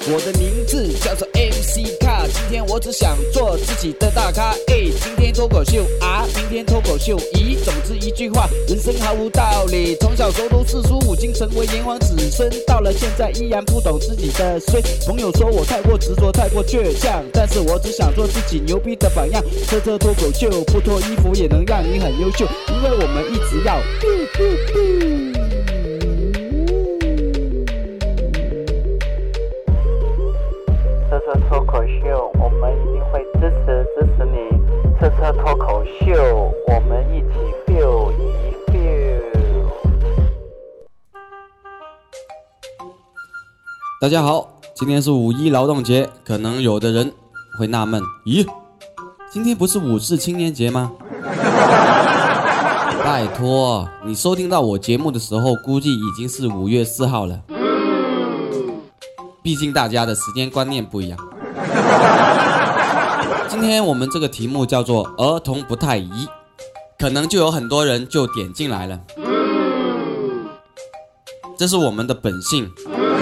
我的名字叫做 MC 卡，今天我只想做自己的大咖。今天脱口秀啊，明天脱口秀咦，总之一句话，人生毫无道理。从小熟读四书五经，成为炎黄子孙，到了现在依然不懂自己的衰。朋友说我太过执着，太过倔强，但是我只想做自己牛逼的榜样。这脱口秀，不脱衣服也能让你很优秀，因为我们一直要。 车脱口秀，我们一定会支持你。车脱口秀，我们一起 feel 一 feel。 大家好，今天是五一劳动节，可能有的人会纳闷，咦，今天不是五四青年节吗？拜托，你收听到我节目的时候，估计已经是5月4号了。毕竟大家的时间观念不一样。今天我们这个题目叫做儿童不太宜，可能就有很多人就点进来了。这是我们的本性。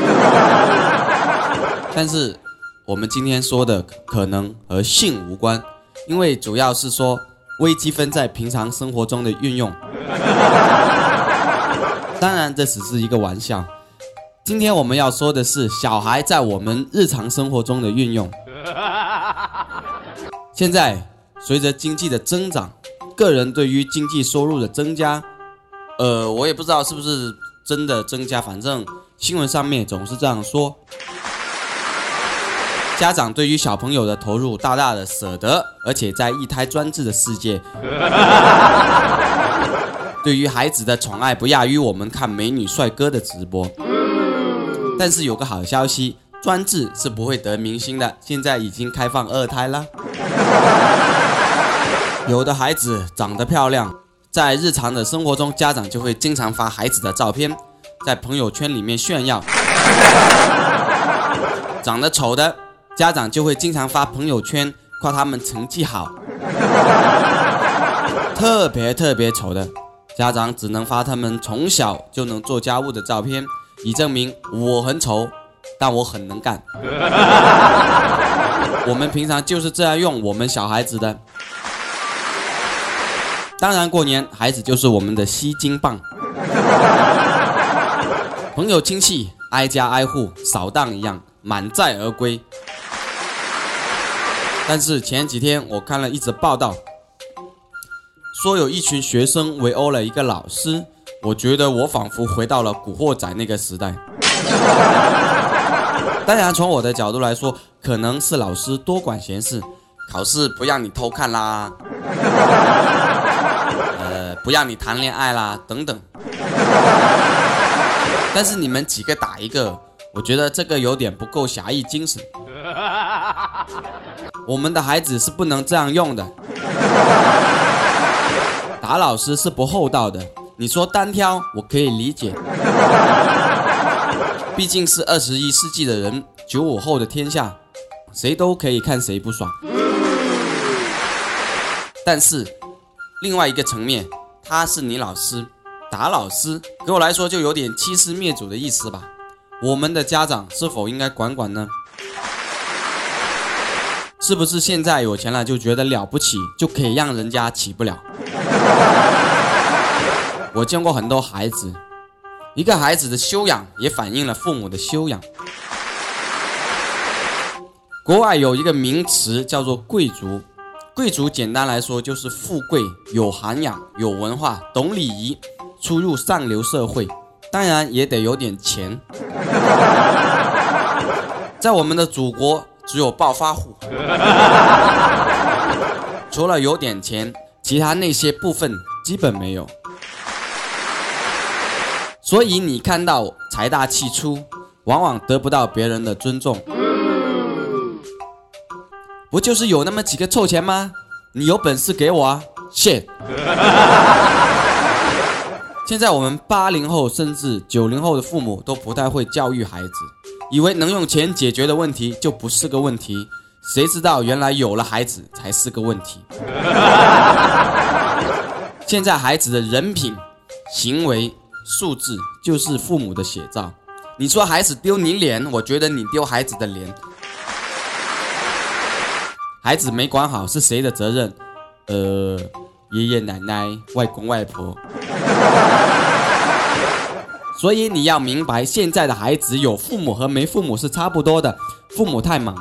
但是我们今天说的可能和性无关，因为主要是说微积分在平常生活中的运用。当然这只是一个玩笑，今天我们要说的是小孩在我们日常生活中的运用。现在随着经济的增长，个人对于经济收入的增加，我也不知道是不是真的增加，反正新闻上面总是这样说。家长对于小朋友的投入大大的舍得，而且在一胎专制的世界，对于孩子的宠爱不亚于我们看美女帅哥的直播。但是有个好消息，专制是不会得民心的，现在已经开放2胎了。有的孩子长得漂亮，在日常的生活中，家长就会经常发孩子的照片，在朋友圈里面炫耀。长得丑的家长就会经常发朋友圈夸他们成绩好。特别丑的家长只能发他们从小就能做家务的照片，以证明我很丑，但我很能干。我们平常就是这样用我们小孩子的。当然过年孩子就是我们的吸金棒。朋友亲戚挨家挨户扫荡一样满载而归。但是前几天我看了一则报道，说有一群学生围殴了一个老师，我觉得我仿佛回到了古惑仔那个时代。当然从我的角度来说，可能是老师多管闲事，考试不让你偷看啦，不让你谈恋爱啦等等。但是你们几个打一个，我觉得这个有点不够侠义精神。我们的孩子是不能这样用的。打老师是不厚道的，你说单挑我可以理解，毕竟是21世纪的人，95后的天下，谁都可以看谁不爽。但是另外一个层面，他是你老师，打老师给我来说就有点欺师灭祖的意思吧。我们的家长是否应该管管呢？是不是现在有钱了就觉得了不起，就可以让人家起不了？我见过很多孩子，一个孩子的修养也反映了父母的修养。国外有一个名词叫做贵族，贵族简单来说就是富贵、有涵养、有文化、懂礼仪，出入上流社会，当然也得有点钱。在我们的祖国只有暴发户，除了有点钱，其他那些部分基本没有。所以你看到财大气粗，往往得不到别人的尊重。不就是有那么几个臭钱吗？你有本事给我啊 shit。 现在我们80后甚至90后的父母都不太会教育孩子，以为能用钱解决的问题就不是个问题，谁知道原来有了孩子才是个问题。现在孩子的人品、行为、素质就是父母的写照， 你说孩子丢你脸，我觉得你丢孩子的脸。孩子没管好是谁的责任？爷爷奶奶、外公外婆。所以你要明白，现在的孩子有父母和没父母是差不多的，父母太忙。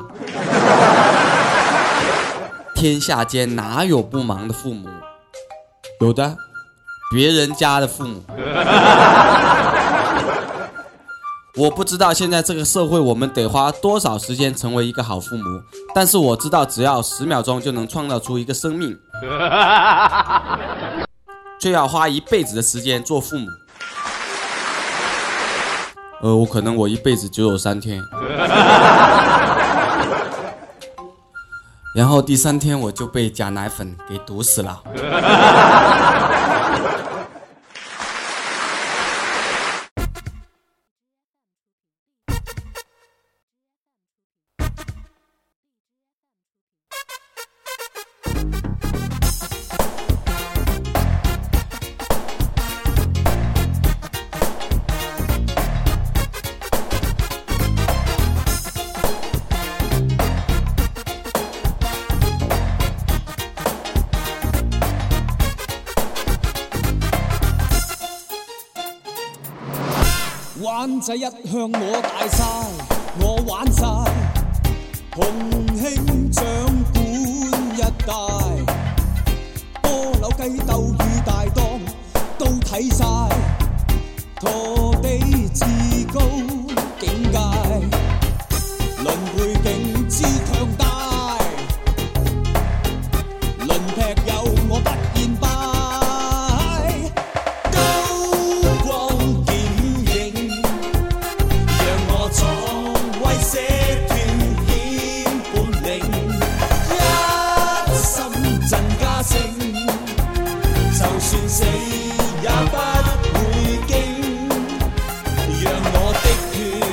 天下间哪有不忙的父母？有的，别人家的父母。我不知道现在这个社会我们得花多少时间成为一个好父母，但是我知道只要10秒钟就能创造出一个生命，却要花一辈子的时间做父母。我一辈子只有3天，然后第3天我就被假奶粉给毒死了。 灣仔一向我大晒，我玩晒，洪興掌管一帶，波樓雞鬥與大檔都睇晒，陀地至高境界，輪背景之強大，輪劈友我不言敗。就算死也不會驚，讓我的血